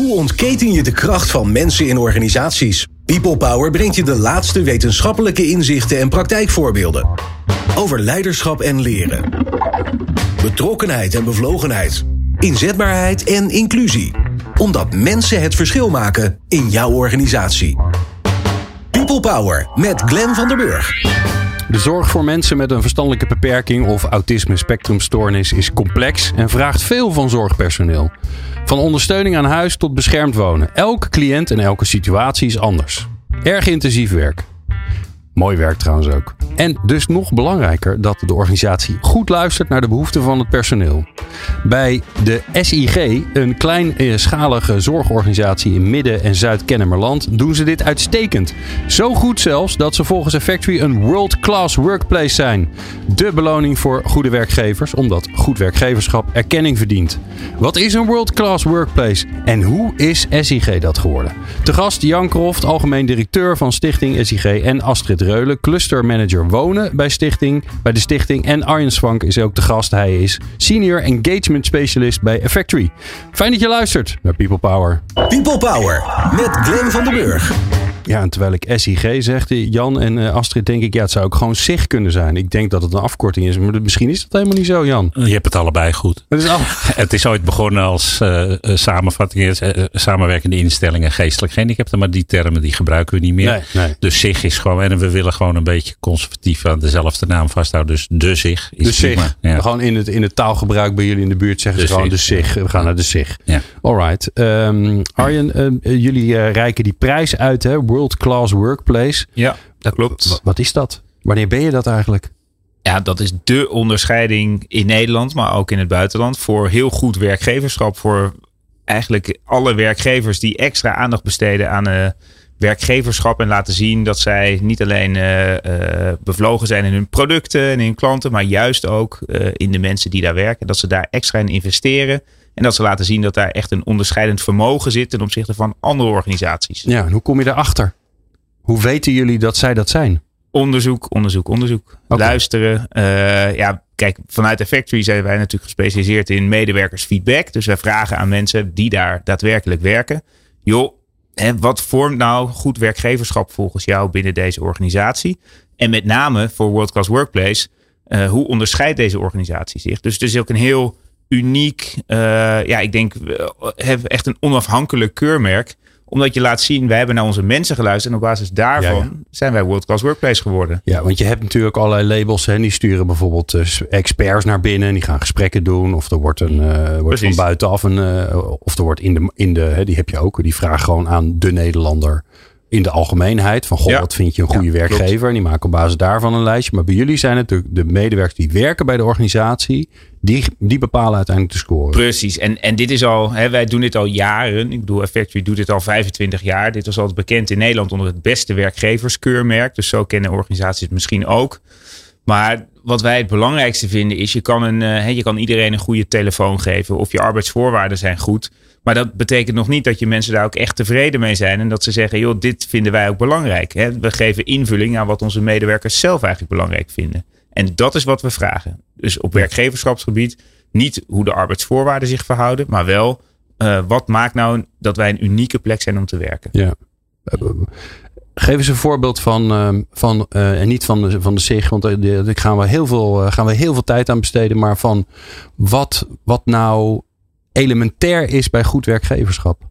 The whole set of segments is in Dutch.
Hoe ontketen je de kracht van mensen in organisaties? People Power brengt je de laatste wetenschappelijke inzichten en praktijkvoorbeelden. Over leiderschap en leren. Betrokkenheid en bevlogenheid. Inzetbaarheid en inclusie. Omdat mensen het verschil maken in jouw organisatie. People Power met Glenn van der Burg. De zorg voor mensen met een verstandelijke beperking of autisme-spectrumstoornis is complex en vraagt veel van zorgpersoneel. Van ondersteuning aan huis tot beschermd wonen. Elke cliënt en elke situatie is anders. Erg intensief werk. Mooi werk trouwens ook. En dus nog belangrijker dat de organisatie goed luistert naar de behoeften van het personeel. Bij de SIG, een kleinschalige zorgorganisatie in Midden- en Zuid-Kennemerland, doen ze dit uitstekend. Zo goed zelfs dat ze volgens Effectory een world-class workplace zijn. De beloning voor goede werkgevers, omdat goed werkgeverschap erkenning verdient. Wat is een world-class workplace en hoe is SIG dat geworden? Te gast Jan Kroft, algemeen directeur van Stichting SIG, en Astrid Reulen, clustermanager wonen bij de stichting. En Arjen Swank is ook de gast. Hij is senior engagement specialist bij Effectory. Fijn dat je luistert naar People Power. People Power met Glenn van der Burg. Ja, en terwijl ik SIG zeg, Jan en Astrid, denk ik, ja, het zou ook gewoon SIG kunnen zijn. Ik denk dat het een afkorting is, maar misschien is dat helemaal niet zo, Jan. Je hebt het allebei goed. Het is ooit begonnen als samenvatting, samenwerkende instellingen geestelijk gehandicapten, maar die termen die gebruiken we niet meer. Nee. Dus SIG is gewoon, en we willen gewoon een beetje conservatief aan dezelfde naam vasthouden. Dus de SIG is de SIG. prima. Ja. Gewoon in het taalgebruik bij jullie in de buurt zeggen ze gewoon de SIG. We gaan naar de SIG. Ja. Alright. Arjen, jullie reiken die prijs uit, hè? World Class Workplace. Ja, dat klopt. Wat is dat? Wanneer ben je dat eigenlijk? Ja, dat is de onderscheiding in Nederland, maar ook in het buitenland, voor heel goed werkgeverschap. Voor eigenlijk alle werkgevers die extra aandacht besteden aan werkgeverschap en laten zien dat zij niet alleen bevlogen zijn in hun producten en in hun klanten, maar juist ook in de mensen die daar werken. Dat ze daar extra in investeren. En dat ze laten zien dat daar echt een onderscheidend vermogen zit ten opzichte van andere organisaties. Ja, en hoe kom je daarachter? Hoe weten jullie dat zij dat zijn? Onderzoek. Okay. Luisteren. Kijk, vanuit Effectory zijn wij natuurlijk gespecialiseerd in medewerkersfeedback. Dus wij vragen aan mensen die daar daadwerkelijk werken. Joh, wat vormt nou goed werkgeverschap volgens jou binnen deze organisatie? En met name voor World Class Workplace, hoe onderscheidt deze organisatie zich? Dus het is ook een heel uniek, ik denk echt een onafhankelijk keurmerk. Omdat je laat zien, wij hebben naar onze mensen geluisterd. En op basis daarvan zijn wij World Class Workplace geworden. Ja, want je hebt natuurlijk allerlei labels. Hè, die sturen bijvoorbeeld experts naar binnen. En die gaan gesprekken doen. Of er wordt van buitenaf of er wordt in de die heb je ook. Die vragen gewoon aan de Nederlander in de algemeenheid. Van wat vind je een goede werkgever? Klopt. En die maken op basis daarvan een lijstje. Maar bij jullie zijn het de medewerkers die werken bij de organisatie. Die bepalen uiteindelijk de score. Precies. En dit is al, wij doen dit al jaren. Ik bedoel, Effectory doet dit al 25 jaar. Dit was altijd bekend in Nederland onder het beste werkgeverskeurmerk. Dus zo kennen organisaties het misschien ook. Maar wat wij het belangrijkste vinden is, je kan iedereen een goede telefoon geven. Of je arbeidsvoorwaarden zijn goed. Maar dat betekent nog niet dat je mensen daar ook echt tevreden mee zijn. En dat ze zeggen, joh, dit vinden wij ook belangrijk. We geven invulling aan wat onze medewerkers zelf eigenlijk belangrijk vinden. En dat is wat we vragen. Dus op werkgeverschapsgebied niet hoe de arbeidsvoorwaarden zich verhouden. Maar wel, wat maakt nou dat wij een unieke plek zijn om te werken. Ja. Geef eens een voorbeeld en niet van de SIG, want daar gaan we heel veel tijd aan besteden. Maar van wat nou elementair is bij goed werkgeverschap?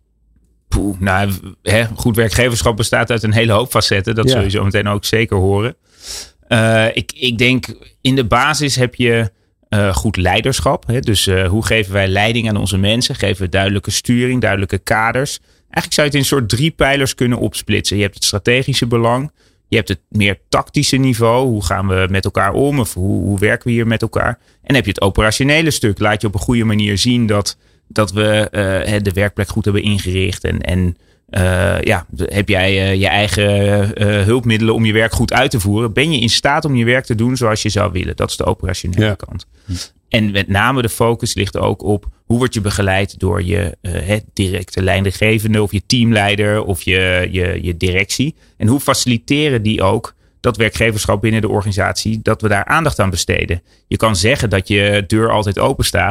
Goed werkgeverschap bestaat uit een hele hoop facetten. Dat zul je zo meteen ook zeker horen. Ik denk in de basis heb je goed leiderschap. Dus hoe geven wij leiding aan onze mensen? Geven we duidelijke sturing, duidelijke kaders? Eigenlijk zou je het in een soort 3 pijlers kunnen opsplitsen. Je hebt het strategische belang. Je hebt het meer tactische niveau. Hoe gaan we met elkaar om? Of hoe werken we hier met elkaar? En dan heb je het operationele stuk. Laat je op een goede manier zien dat we de werkplek goed hebben ingericht. En heb jij je eigen hulpmiddelen om je werk goed uit te voeren? Ben je in staat om je werk te doen zoals je zou willen? Dat is de operationele kant. En met name de focus ligt ook op hoe word je begeleid door je directe leidinggevende of je teamleider of je directie. En hoe faciliteren die ook dat werkgeverschap binnen de organisatie, dat we daar aandacht aan besteden. Je kan zeggen dat je deur altijd open staat,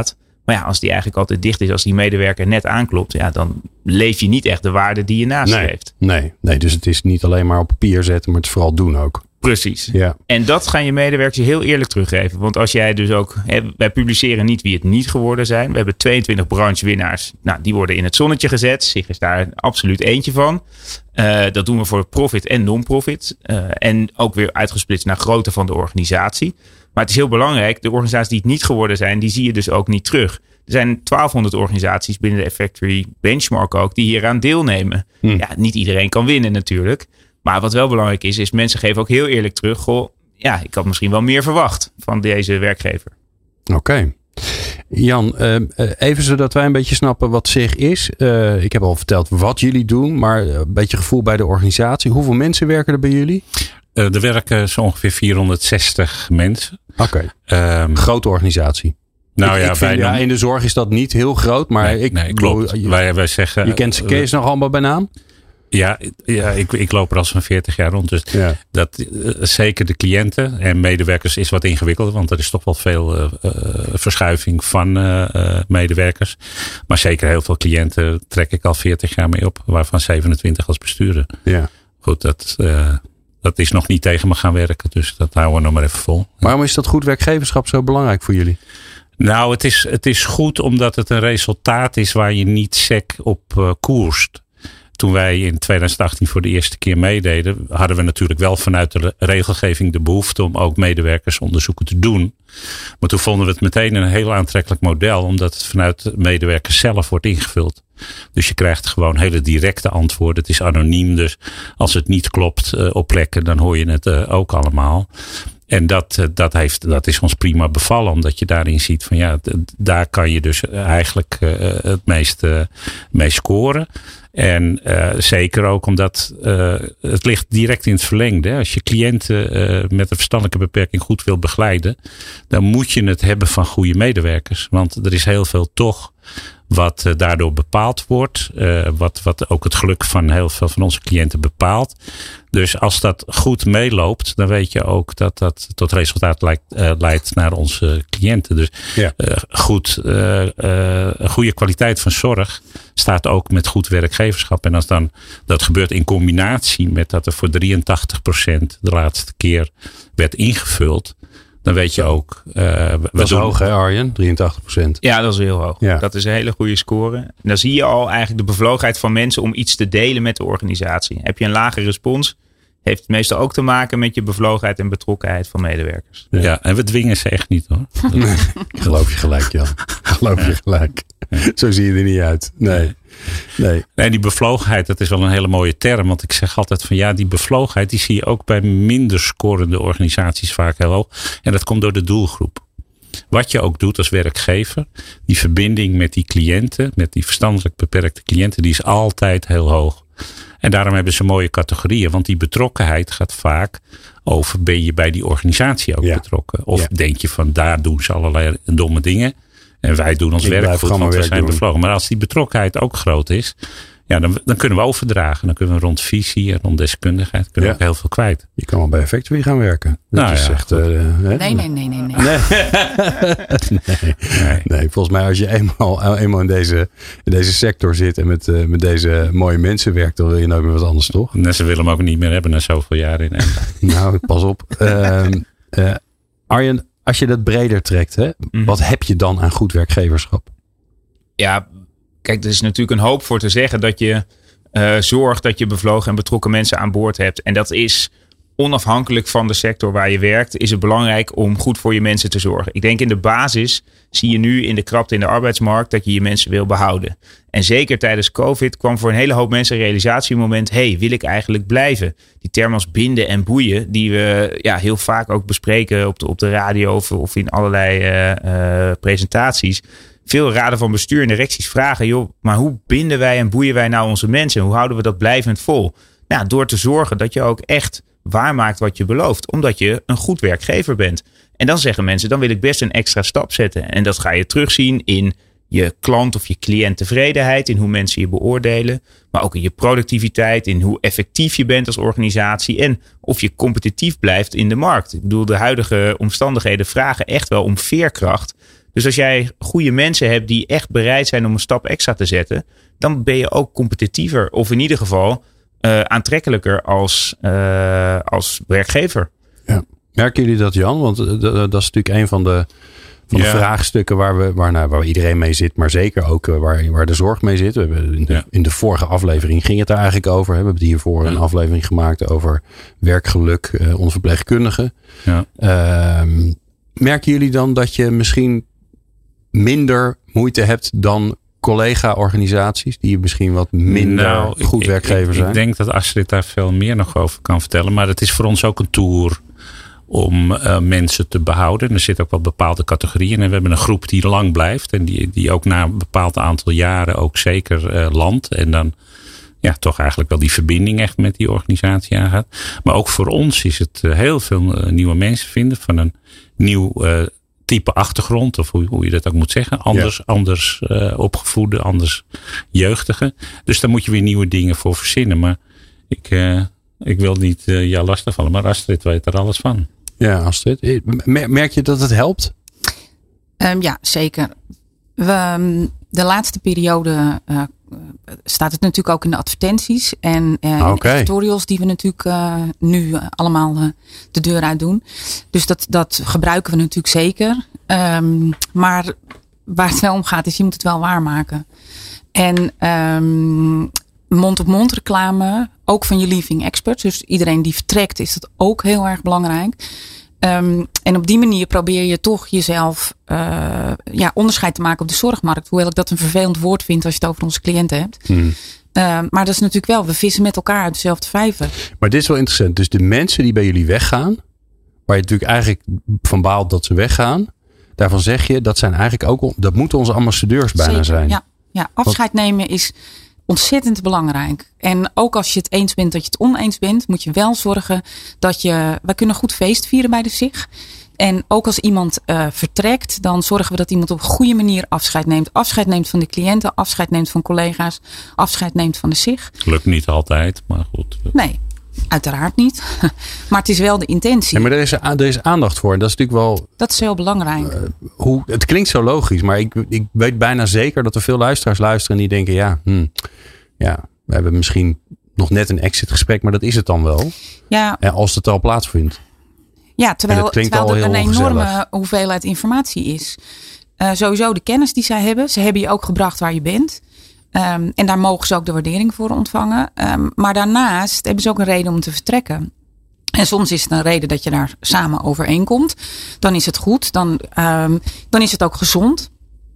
Maar ja, als die eigenlijk altijd dicht is, als die medewerker net aanklopt, ja, dan leef je niet echt de waarde die je nastreeft. Nee, dus het is niet alleen maar op papier zetten, maar het vooral doen ook. Precies. Ja. En dat gaan je medewerkers heel eerlijk teruggeven. Want als jij dus ook... wij publiceren niet wie het niet geworden zijn. We hebben 22 branchewinnaars. Nou, die worden in het zonnetje gezet. Sig is daar absoluut eentje van. Dat doen we voor profit en non-profit. En ook weer uitgesplitst naar grootte van de organisatie. Maar het is heel belangrijk. De organisaties die het niet geworden zijn, die zie je dus ook niet terug. Er zijn 1200 organisaties binnen de Effectory Benchmark ook die hieraan deelnemen. Ja, niet iedereen kan winnen natuurlijk. Maar wat wel belangrijk is mensen geven ook heel eerlijk terug. Goh, ja, ik had misschien wel meer verwacht van deze werkgever. Oké. Jan, even zodat wij een beetje snappen wat Sig is. Ik heb al verteld wat jullie doen, maar een beetje gevoel bij de organisatie. Hoeveel mensen werken er bij jullie? Er werken zo ongeveer 460 mensen. Oké. Grote organisatie. Nou ik vind, in de zorg is dat niet heel groot, maar nee, klopt. Wij zeggen, je kent ze nog allemaal bij naam? Ja, ik loop er al zo'n 40 jaar rond. Dus dat zeker de cliënten en medewerkers is wat ingewikkelder. Want er is toch wel veel verschuiving van medewerkers. Maar zeker heel veel cliënten trek ik al 40 jaar mee op. Waarvan 27 als bestuurder. Ja. Goed, dat is nog niet tegen me gaan werken. Dus dat houden we nog maar even vol. Waarom is dat goed werkgeverschap zo belangrijk voor jullie? Nou, het is goed omdat het een resultaat is waar je niet sec op koerst. Toen wij in 2018 voor de eerste keer meededen, hadden we natuurlijk wel vanuit de regelgeving de behoefte om ook medewerkersonderzoeken te doen. Maar toen vonden we het meteen een heel aantrekkelijk model, omdat het vanuit de medewerkers zelf wordt ingevuld. Dus je krijgt gewoon hele directe antwoorden. Het is anoniem, dus als het niet klopt op plekken, dan hoor je het ook allemaal. En dat is ons prima bevallen, omdat je daarin ziet van ja, daar kan je dus eigenlijk het meest mee scoren. En zeker ook omdat het ligt direct in het verlengde. Als je cliënten met een verstandelijke beperking goed wil begeleiden, dan moet je het hebben van goede medewerkers. Want er is heel veel toch wat daardoor bepaald wordt. Wat ook het geluk van heel veel van onze cliënten bepaalt. Dus als dat goed meeloopt, dan weet je ook dat dat tot resultaat leidt naar onze cliënten. Dus goede kwaliteit van zorg staat ook met goed werkgeverschap. En als dan dat gebeurt in combinatie met dat er voor 83% de laatste keer werd ingevuld, dan weet je ook. Dat is hoog, hè, Arjen? 83%. Ja, dat is heel hoog. Ja. Dat is een hele goede score. En dan zie je al eigenlijk de bevlogenheid van mensen om iets te delen met de organisatie. Heb je een lage respons, heeft het meestal ook te maken met je bevlogenheid en betrokkenheid van medewerkers. Ja, en we dwingen ze echt niet, hoor. Nee, geloof je gelijk, Jan. Geloof je gelijk. Zo zie je er niet uit. Nee. Nee, die bevlogenheid, dat is wel een hele mooie term. Want ik zeg altijd van ja, die bevlogenheid, die zie je ook bij minder scorende organisaties vaak heel hoog. En dat komt door de doelgroep. Wat je ook doet als werkgever, die verbinding met die cliënten, met die verstandelijk beperkte cliënten, die is altijd heel hoog. En daarom hebben ze mooie categorieën. Want die betrokkenheid gaat vaak over, ben je bij die organisatie ook betrokken? Of denk je van, daar doen ze allerlei domme dingen. En wij doen ons werk goed, want we zijn bevlogen. Maar als die betrokkenheid ook groot is, ja, dan kunnen we overdragen. Dan kunnen we rond visie en rond deskundigheid kunnen we ook heel veel kwijt. Je kan wel bij Effectory gaan werken. Dat is echt, Nee. Nee, volgens mij als je eenmaal in deze sector zit en met deze mooie mensen werkt, dan wil je nooit meer wat anders, toch? Nee, ze willen hem ook niet meer hebben na zoveel jaar in. Nou, pas op. Arjen, als je dat breder trekt, hè, wat heb je dan aan goed werkgeverschap? Ja, kijk, er is natuurlijk een hoop voor te zeggen dat je zorgt dat je bevlogen en betrokken mensen aan boord hebt. En dat is onafhankelijk van de sector waar je werkt, is het belangrijk om goed voor je mensen te zorgen. Ik denk in de basis zie je nu in de krapte in de arbeidsmarkt dat je je mensen wil behouden. En zeker tijdens COVID kwam voor een hele hoop mensen een realisatiemoment. Wil ik eigenlijk blijven? Die term als binden en boeien, die we heel vaak ook bespreken op de radio of in allerlei presentaties. Veel raden van bestuur en directies vragen, joh, maar hoe binden wij en boeien wij nou onze mensen? Hoe houden we dat blijvend vol? Nou, door te zorgen dat je ook echt waarmaakt wat je belooft. Omdat je een goed werkgever bent. En dan zeggen mensen, dan wil ik best een extra stap zetten. En dat ga je terugzien in je klant of je cliënttevredenheid, in hoe mensen je beoordelen. Maar ook in je productiviteit, in hoe effectief je bent als organisatie. En of je competitief blijft in de markt. Ik bedoel, de huidige omstandigheden vragen echt wel om veerkracht. Dus als jij goede mensen hebt die echt bereid zijn om een stap extra te zetten, dan ben je ook competitiever. Of in ieder geval aantrekkelijker als werkgever. Ja. Merken jullie dat, Jan? Want dat is natuurlijk een van de vraagstukken waar iedereen mee zit. Maar zeker ook waar de zorg mee zit. We hebben in de vorige aflevering ging het daar eigenlijk over. We hebben hiervoor een aflevering gemaakt over werkgeluk, onze verpleegkundigen. Ja. Merken jullie dan dat je misschien minder moeite hebt dan collega-organisaties die misschien wat minder goed werkgever zijn? Ik denk dat Astrid daar veel meer nog over kan vertellen. Maar het is voor ons ook een tour om mensen te behouden. En er zitten ook wel bepaalde categorieën. En we hebben een groep die lang blijft. En die ook na een bepaald aantal jaren ook zeker landt. En dan toch eigenlijk wel die verbinding echt met die organisatie aangaat. Maar ook voor ons is het heel veel nieuwe mensen vinden van een nieuw type achtergrond. Of hoe je dat ook moet zeggen. Anders opgevoede, anders jeugdige. Dus daar moet je weer nieuwe dingen voor verzinnen. Maar ik wil niet jou lastigvallen. Maar Astrid weet er alles van. Ja, Astrid. Merk je dat het helpt? Ja, zeker. De laatste periode staat het natuurlijk ook in de advertenties. En in de editorials die we natuurlijk nu allemaal de deur uit doen. Dus dat gebruiken we natuurlijk zeker. Maar waar het wel om gaat is, je moet het wel waarmaken. En mond-op-mond reclame, ook van je leaving experts. Dus iedereen die vertrekt, is dat ook heel erg belangrijk. En op die manier probeer je toch jezelf onderscheid te maken op de zorgmarkt. Hoewel ik dat een vervelend woord vind als je het over onze cliënten hebt. Maar dat is natuurlijk wel, we vissen met elkaar uit dezelfde vijver. Maar dit is wel interessant. Dus de mensen die bij jullie weggaan, waar je natuurlijk eigenlijk van baalt dat ze weggaan, daarvan zeg je, dat zijn eigenlijk ook, dat moeten onze ambassadeurs bijna zijn. Ja, afscheid nemen is ontzettend belangrijk. En ook als je het eens bent dat je het oneens bent, moet je wel zorgen dat wij kunnen goed feest vieren bij de SIG. En ook als iemand vertrekt, dan zorgen we dat iemand op een goede manier afscheid neemt. Afscheid neemt van de cliënten, afscheid neemt van collega's, afscheid neemt van de SIG. Lukt niet altijd, maar goed. Nee, uiteraard niet. Maar het is wel de intentie. Ja, maar er is aandacht voor. En dat is natuurlijk wel. Dat is heel belangrijk. Het klinkt zo logisch, maar ik weet bijna zeker dat er veel luisteraars luisteren en die denken, we hebben misschien nog net een exitgesprek, maar dat is het dan wel. Ja. Als het al plaatsvindt. Ja, terwijl er een enorme hoeveelheid informatie is. Sowieso de kennis die zij hebben. Ze hebben je ook gebracht waar je bent. En daar mogen ze ook de waardering voor ontvangen. Maar daarnaast hebben ze ook een reden om te vertrekken. En soms is het een reden dat je daar samen overeenkomt. Dan is het goed. Dan is het ook gezond.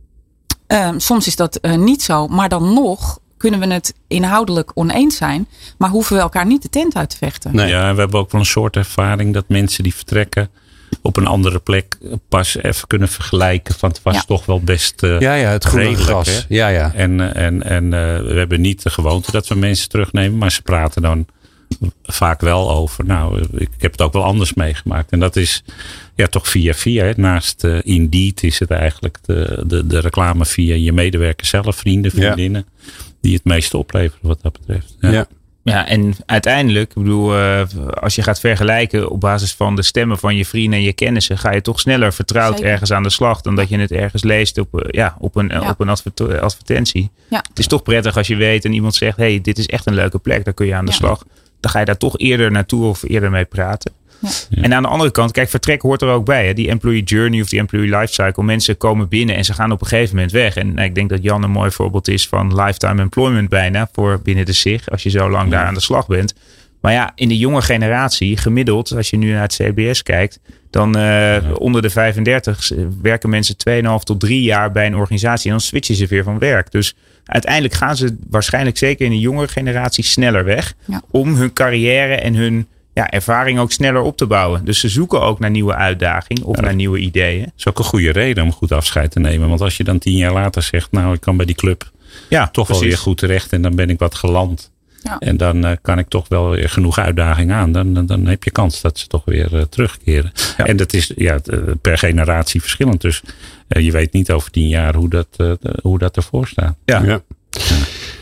Soms is dat niet zo. Maar dan nog kunnen we het inhoudelijk oneens zijn. Maar hoeven we elkaar niet de tent uit te vechten. Nee. Ja, we hebben ook wel een soort ervaring dat mensen die vertrekken op een andere plek pas even kunnen vergelijken. Want het was toch wel best het groene gras. Hè? Ja. En we hebben niet de gewoonte dat we mensen terugnemen. Maar ze praten dan vaak wel over. Nou, ik heb het ook wel anders meegemaakt. En dat is toch via. Hè? Naast Indeed is het eigenlijk de reclame via je medewerkers zelf, vrienden, vriendinnen. Die het meeste opleveren wat dat betreft. Ja, en uiteindelijk, ik bedoel, als je gaat vergelijken op basis van de stemmen van je vrienden en je kennissen, ga je toch sneller vertrouwd ergens aan de slag dan dat je het ergens leest op een advertentie. Ja. Het is toch prettig als je weet en iemand zegt, hey, dit is echt een leuke plek, daar kun je aan de slag. Dan ga je daar toch eerder naartoe of eerder mee praten. Ja. En aan de andere kant, kijk, vertrek hoort er ook bij. Hè? Die employee journey of die employee lifecycle. Mensen komen binnen en ze gaan op een gegeven moment weg. En ik denk dat Jan een mooi voorbeeld is van lifetime employment bijna voor binnen de SIG. Als je zo lang daar aan de slag bent. Maar ja, in de jonge generatie, gemiddeld, als je nu naar het CBS kijkt, dan onder de 35 werken mensen 2,5 tot 3 jaar bij een organisatie en dan switchen ze weer van werk. Dus uiteindelijk gaan ze waarschijnlijk zeker in de jongere generatie sneller weg om hun carrière en hun ervaring ook sneller op te bouwen. Dus ze zoeken ook naar nieuwe uitdaging of naar nieuwe ideeën. Dat is ook een goede reden om goed afscheid te nemen. Want als je dan 10 jaar later zegt, nou, ik kan bij die club toch wel weer goed terecht en dan ben ik wat geland. Ja. En dan kan ik toch wel weer genoeg uitdaging aan. Dan heb je kans dat ze toch weer terugkeren. Ja. En dat is per generatie verschillend. Dus je weet niet over 10 jaar hoe dat ervoor staat. Ja.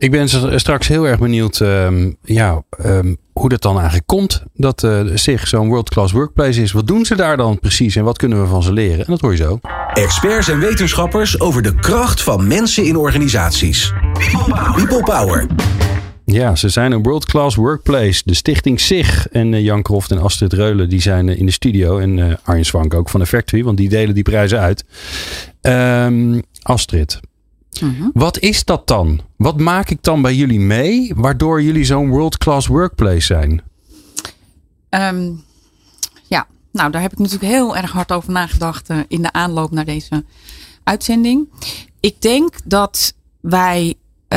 Ik ben straks heel erg benieuwd hoe dat dan eigenlijk komt. Dat SIG zo'n world-class workplace is. Wat doen ze daar dan precies en wat kunnen we van ze leren? En dat hoor je zo. Experts en wetenschappers over de kracht van mensen in organisaties. People Power. Ja, ze zijn een world-class workplace. De stichting SIG en Jan Croft en Astrid Reulen die zijn in de studio. En Arjen Swank ook van de Factory, want die delen die prijzen uit. Astrid, wat is dat dan? Wat maak ik dan bij jullie mee, waardoor jullie zo'n world-class workplace zijn? Daar heb ik natuurlijk heel erg hard over nagedacht in de aanloop naar deze uitzending. Ik denk dat wij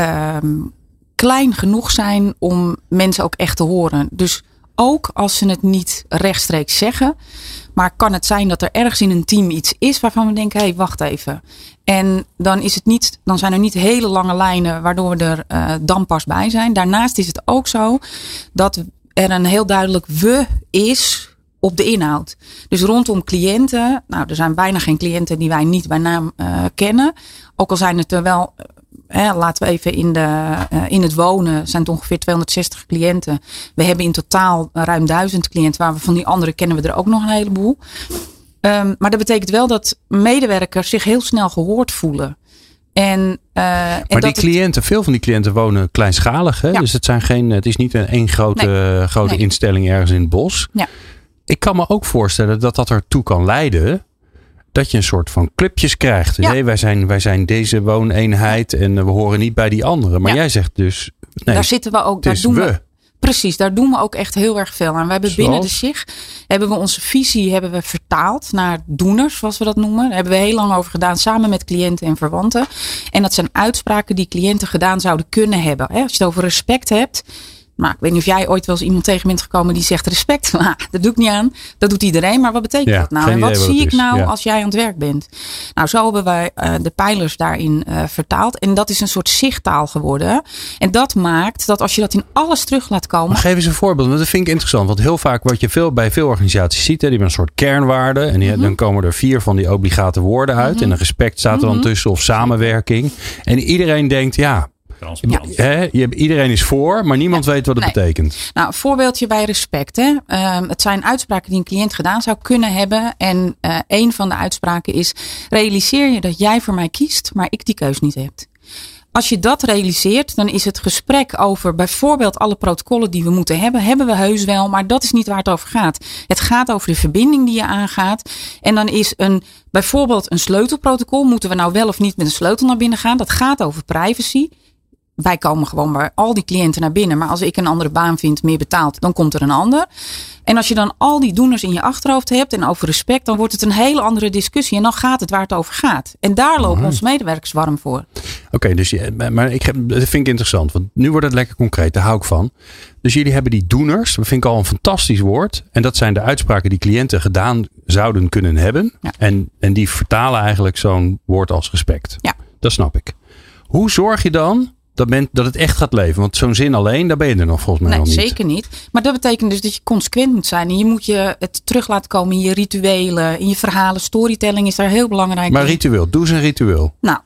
klein genoeg zijn om mensen ook echt te horen. Dus ook als ze het niet rechtstreeks zeggen. Maar kan het zijn dat er ergens in een team iets is waarvan we denken, hé, wacht even. En dan zijn er niet hele lange lijnen waardoor we er dan pas bij zijn. Daarnaast is het ook zo dat er een heel duidelijk we is op de inhoud. Dus rondom cliënten. Nou, er zijn bijna geen cliënten die wij niet bij naam kennen. Ook al zijn het er wel, laten we even in het wonen, zijn het ongeveer 260 cliënten. We hebben in totaal ruim 1000 cliënten, waar we van die andere kennen we er ook nog een heleboel. Maar dat betekent wel dat medewerkers zich heel snel gehoord voelen. Maar die cliënten, veel van die cliënten wonen kleinschalig. Hè? Ja. Dus het is niet één grote instelling ergens in het bos. Ja. Ik kan me ook voorstellen dat ertoe kan leiden dat je een soort van clubjes krijgt. Ja. Nee, wij zijn deze wooneenheid en we horen niet bij die andere. Maar jij zegt dus, nee, daar zitten we ook. Precies, daar doen we ook echt heel erg veel aan. We hebben binnen de SIG onze visie vertaald naar doeners, zoals we dat noemen. Daar hebben we heel lang over gedaan, samen met cliënten en verwanten. En dat zijn uitspraken die cliënten gedaan zouden kunnen hebben. Als je het over respect hebt. Maar ik weet niet of jij ooit wel eens iemand tegen bent gekomen die zegt respect. Dat doe ik niet aan. Dat doet iedereen. Maar wat betekent dat nou? En wat zie ik nou als jij aan het werk bent? Nou, zo hebben wij de pijlers daarin vertaald. En dat is een soort SIG-taal geworden. En dat maakt dat als je dat in alles terug laat komen. Maar geef eens een voorbeeld. Want dat vind ik interessant. Want heel vaak wat je bij veel organisaties ziet. Die hebben een soort kernwaarden. En dan komen er 4 van die obligate woorden uit. En een respect staat er dan tussen. Of samenwerking. En iedereen denkt, iedereen is voor, maar niemand weet wat het betekent. Nou, een voorbeeldje bij respect. Het zijn uitspraken die een cliënt gedaan zou kunnen hebben. En een van de uitspraken is: realiseer je dat jij voor mij kiest, maar ik die keus niet heb. Als je dat realiseert, dan is het gesprek over bijvoorbeeld alle protocollen die we moeten hebben we heus wel, maar dat is niet waar het over gaat. Het gaat over de verbinding die je aangaat. En dan is bijvoorbeeld een sleutelprotocol, moeten we nou wel of niet met een sleutel naar binnen gaan? Dat gaat over privacy. Wij komen gewoon bij al die cliënten naar binnen. Maar als ik een andere baan vind, meer betaald, dan komt er een ander. En als je dan al die doeners in je achterhoofd hebt en over respect, dan wordt het een hele andere discussie. En dan gaat het waar het over gaat. En daar lopen onze medewerkers warm voor. Oké, maar dat vind ik interessant. Want nu wordt het lekker concreet, daar hou ik van. Dus jullie hebben die doeners, dat vind ik al een fantastisch woord. En dat zijn de uitspraken die cliënten gedaan zouden kunnen hebben. Ja. En die vertalen eigenlijk zo'n woord als respect. Ja. Dat snap ik. Hoe zorg je dan dat het echt gaat leven? Want zo'n zin alleen, daar ben je er nog volgens mij nog niet. Nee, zeker niet. Maar dat betekent dus dat je consequent moet zijn. En je moet je het terug laten komen in je rituelen, in je verhalen. Storytelling is daar heel belangrijk. Maar ritueel, doe eens een ritueel. Nou,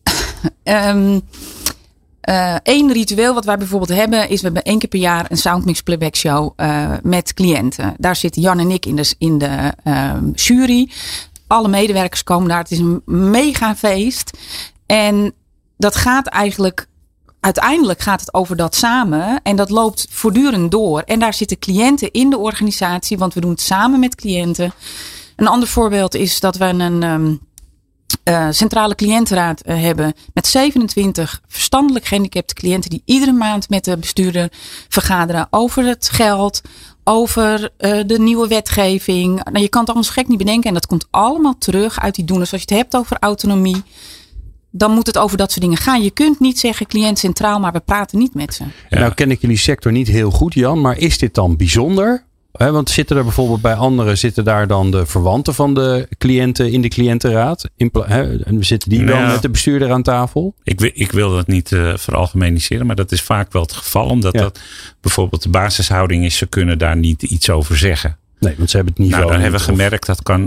één ritueel wat wij bijvoorbeeld hebben is, we hebben 1 keer per jaar een Soundmix Playback Show met cliënten. Daar zitten Jan en ik in de jury. Alle medewerkers komen daar. Het is een mega feest. En dat gaat uiteindelijk gaat het over dat samen. En dat loopt voortdurend door. En daar zitten cliënten in de organisatie. Want we doen het samen met cliënten. Een ander voorbeeld is dat we een centrale cliëntenraad hebben. Met 27 verstandelijk gehandicapte cliënten. Die iedere maand met de bestuurder vergaderen. Over het geld. Over de nieuwe wetgeving. Nou, je kan het allemaal gek niet bedenken. En dat komt allemaal terug uit die doeners. Als je het hebt over autonomie, dan moet het over dat soort dingen gaan. Je kunt niet zeggen cliënt centraal, maar we praten niet met ze. Ja. Nou ken ik jullie sector niet heel goed, Jan. Maar is dit dan bijzonder? Want zitten er bijvoorbeeld bij anderen, zitten daar dan de verwanten van de cliënten in de cliëntenraad? Zitten die dan met de bestuurder aan tafel? Ik wil dat niet veralgemeniseren, maar dat is vaak wel het geval. Omdat dat bijvoorbeeld de basishouding is, ze kunnen daar niet iets over zeggen. Nee, want ze hebben het niveau. Nou, dan hebben we gemerkt, dat kan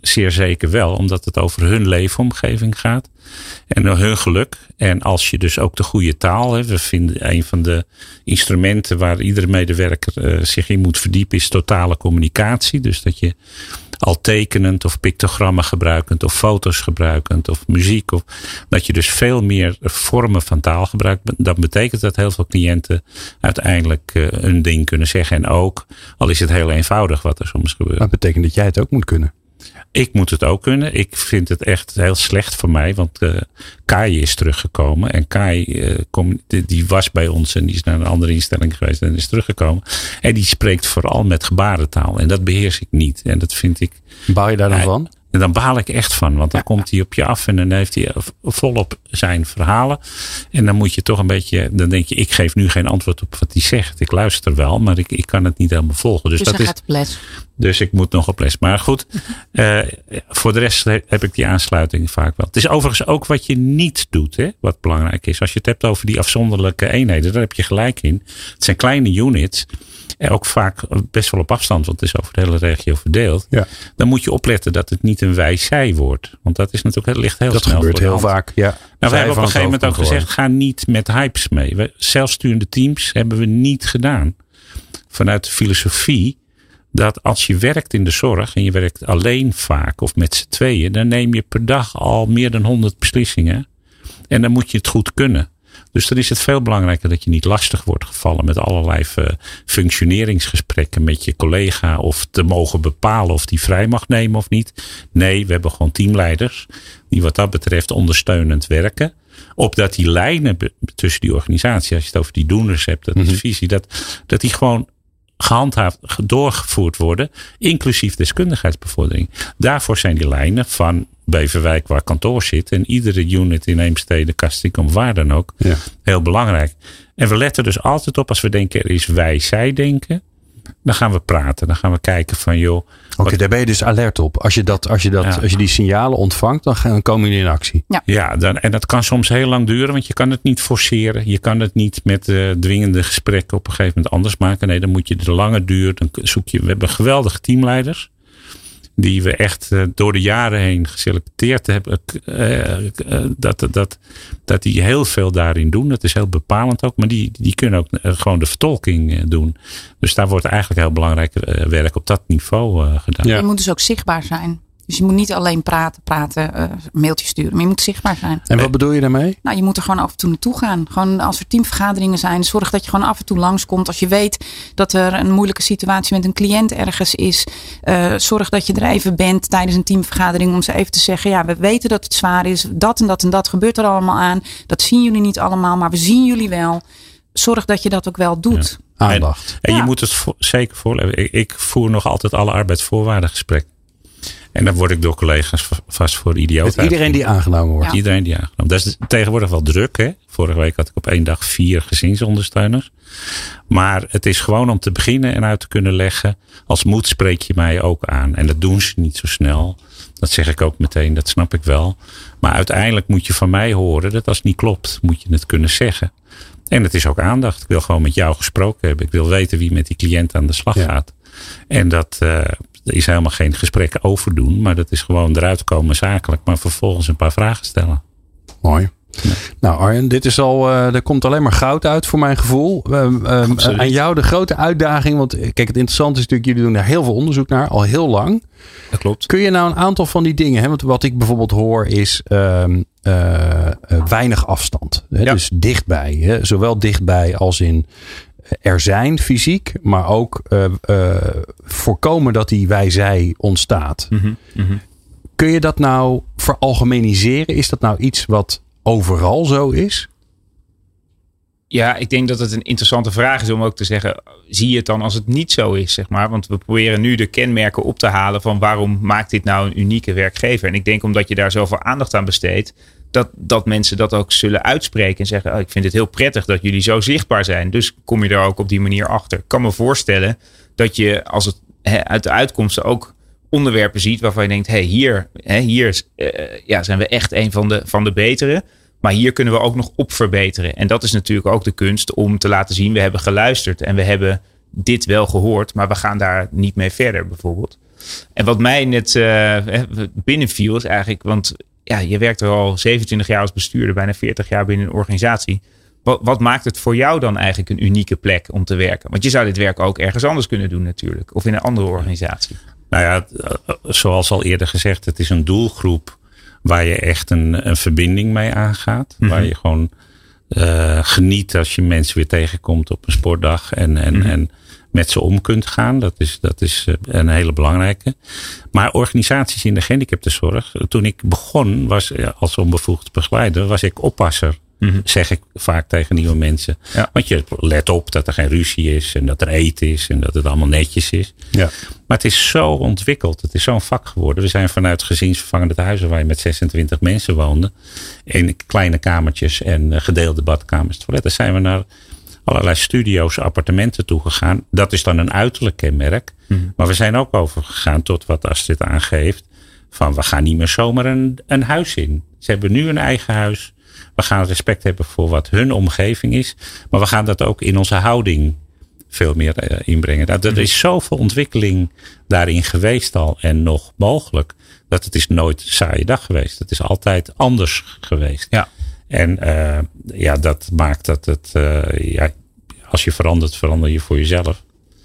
zeer zeker wel, omdat het over hun leefomgeving gaat. En hun geluk. En als je dus ook de goede taal hebt. We vinden een van de instrumenten waar iedere medewerker zich in moet verdiepen is totale communicatie. Dus dat je al tekenend of pictogrammen gebruikend of foto's gebruikend of muziek. Of dat je dus veel meer vormen van taal gebruikt. Dat betekent dat heel veel cliënten uiteindelijk een ding kunnen zeggen. En ook, al is het heel eenvoudig wat er soms gebeurt. Dat betekent dat jij het ook moet kunnen. Ik moet het ook kunnen. Ik vind het echt heel slecht voor mij. Want Kai is teruggekomen. En Kai die was bij ons. En die is naar een andere instelling geweest. En is teruggekomen. En die spreekt vooral met gebarentaal. En dat beheers ik niet. En dat vind ik... Baal je daar dan van? En dan baal ik echt van. Want dan komt hij op je af. En dan heeft hij volop zijn verhalen. En dan moet je toch een beetje... Dan denk je, ik geef nu geen antwoord op wat hij zegt. Ik luister wel. Maar ik kan het niet helemaal volgen. Dus dat gaat op les. Dus ik moet nog op les. Maar goed, voor de rest heb ik die aansluiting vaak wel. Het is overigens ook wat je niet doet, hè, wat belangrijk is. Als je het hebt over die afzonderlijke eenheden, daar heb je gelijk in. Het zijn kleine units. Ook vaak best wel op afstand, want het is over de hele regio verdeeld. Ja. Dan moet je opletten dat het niet een wij-zij wordt. Want dat is natuurlijk, het ligt heel snel. Dat gebeurt heel vaak, ja. Nou, we hebben op een gegeven moment ook gezegd, ga niet met hypes mee. Zelfsturende teams hebben we niet gedaan. Vanuit de filosofie dat als je werkt in de zorg en je werkt alleen vaak of met z'n tweeën, dan neem je per dag al meer dan 100 beslissingen. En dan moet je het goed kunnen. Dus dan is het veel belangrijker dat je niet lastig wordt gevallen met allerlei functioneringsgesprekken met je collega of te mogen bepalen of die vrij mag nemen of niet. Nee, we hebben gewoon teamleiders die wat dat betreft ondersteunend werken. Opdat die lijnen tussen die organisatie, als je het over die doeners hebt, dat is visie, dat die gewoon gehandhaafd, doorgevoerd worden, inclusief deskundigheidsbevordering. Daarvoor zijn die lijnen van Beverwijk waar kantoor zit en iedere unit in Heemstede, Castricum, waar dan ook, heel belangrijk. En we letten dus altijd op als we denken er is wij-zij denken, dan gaan we praten. Dan gaan we kijken van joh. Oké, daar ben je dus alert op. Als je die signalen ontvangt, dan komen jullie in actie. Ja, en dat kan soms heel lang duren, want je kan het niet forceren. Je kan het niet met dwingende gesprekken op een gegeven moment anders maken. Nee, dan moet je de lange duur. Dan zoek je. We hebben geweldige teamleiders. Die we echt door de jaren heen geselecteerd hebben. Dat die heel veel daarin doen. Dat is heel bepalend ook. Maar die kunnen ook gewoon de vertolking doen. Dus daar wordt eigenlijk heel belangrijk werk op dat niveau gedaan. Ja. Je moet dus ook zichtbaar zijn. Dus je moet niet alleen praten, mailtjes sturen. Maar je moet zichtbaar zijn. En wat bedoel je daarmee? Nou, je moet er gewoon af en toe naartoe gaan. Gewoon als er teamvergaderingen zijn. Zorg dat je gewoon af en toe langskomt. Als je weet dat er een moeilijke situatie met een cliënt ergens is. Zorg dat je er even bent tijdens een teamvergadering. Om ze even te zeggen. Ja, we weten dat het zwaar is. Dat en dat en dat gebeurt er allemaal aan. Dat zien jullie niet allemaal. Maar we zien jullie wel. Zorg dat je dat ook wel doet. Ja. Aandacht. En je moet het zeker voorleven. Ik voer nog altijd alle arbeidsvoorwaardengesprekken. En dan word ik door collega's vast voor idioot. Iedereen die aangenomen wordt. Ja. Iedereen die aangenomen. Dat is tegenwoordig wel druk. Hè? Vorige week had ik op 1 dag 4 gezinsondersteuners. Maar het is gewoon om te beginnen en uit te kunnen leggen. Als moed spreek je mij ook aan. En dat doen ze niet zo snel. Dat zeg ik ook meteen. Dat snap ik wel. Maar uiteindelijk moet je van mij horen dat als het niet klopt, moet je het kunnen zeggen. En het is ook aandacht. Ik wil gewoon met jou gesproken hebben. Ik wil weten wie met die cliënt aan de slag gaat. En dat is helemaal geen gesprek over doen. Maar dat is gewoon eruit komen zakelijk. Maar vervolgens een paar vragen stellen. Mooi. Ja. Nou Arjen, dit is al, er komt alleen maar goud uit voor mijn gevoel. Aan jou de grote uitdaging. Want kijk, het interessante is natuurlijk, jullie doen daar heel veel onderzoek naar. Al heel lang. Dat klopt. Kun je nou een aantal van die dingen. Hè? Want wat ik bijvoorbeeld hoor is weinig afstand. Hè? Ja. Dus dichtbij. Hè? Zowel dichtbij als in er zijn fysiek. Maar ook voorkomen dat die wij-zij ontstaat. Mm-hmm. Mm-hmm. Kun je dat nou veralgemeniseren? Is dat nou iets wat overal zo is? Ja, ik denk dat het een interessante vraag is om ook te zeggen, zie je het dan als het niet zo is, zeg maar? Want we proberen nu de kenmerken op te halen van waarom maakt dit nou een unieke werkgever? En ik denk omdat je daar zoveel aandacht aan besteedt, dat mensen dat ook zullen uitspreken en zeggen, ik vind het heel prettig dat jullie zo zichtbaar zijn. Dus kom je daar ook op die manier achter. Ik kan me voorstellen dat je als het uit de uitkomsten ook onderwerpen ziet waarvan je denkt, hier zijn we echt een van de betere. Maar hier kunnen we ook nog op verbeteren. En dat is natuurlijk ook de kunst om te laten zien, we hebben geluisterd. En we hebben dit wel gehoord, maar we gaan daar niet mee verder bijvoorbeeld. En wat mij net binnenviel is eigenlijk, want je werkt er al 27 jaar als bestuurder, bijna 40 jaar binnen een organisatie. Wat maakt het voor jou dan eigenlijk een unieke plek om te werken? Want je zou dit werk ook ergens anders kunnen doen natuurlijk. Of in een andere organisatie. Nou ja, zoals al eerder gezegd, het is een doelgroep waar je echt een verbinding mee aangaat. Mm-hmm. Waar je gewoon geniet als je mensen weer tegenkomt op een sportdag. En met ze om kunt gaan. Dat is een hele belangrijke. Maar organisaties in de gehandicaptenzorg. Toen ik begon als onbevoegd begeleider, was ik oppasser. Mm-hmm. Zeg ik vaak tegen nieuwe mensen. Ja. Want je let op dat er geen ruzie is. En dat er eten is. En dat het allemaal netjes is. Ja. Maar het is zo ontwikkeld. Het is zo'n vak geworden. We zijn vanuit gezinsvervangende tehuizen waar je met 26 mensen woonde. In kleine kamertjes en gedeelde badkamers. Toiletten zijn we naar allerlei studio's, appartementen toegegaan. Dat is dan een uiterlijk kenmerk. Mm-hmm. Maar we zijn ook overgegaan tot wat Astrid aangeeft. Van we gaan niet meer zomaar een huis in. Ze hebben nu een eigen huis. We gaan respect hebben voor wat hun omgeving is. Maar we gaan dat ook in onze houding veel meer inbrengen. Er is zoveel ontwikkeling daarin geweest al. En nog mogelijk. Dat het is nooit een saaie dag geweest. Het is altijd anders geweest. Ja. En dat maakt dat het... als je verandert, verander je voor jezelf.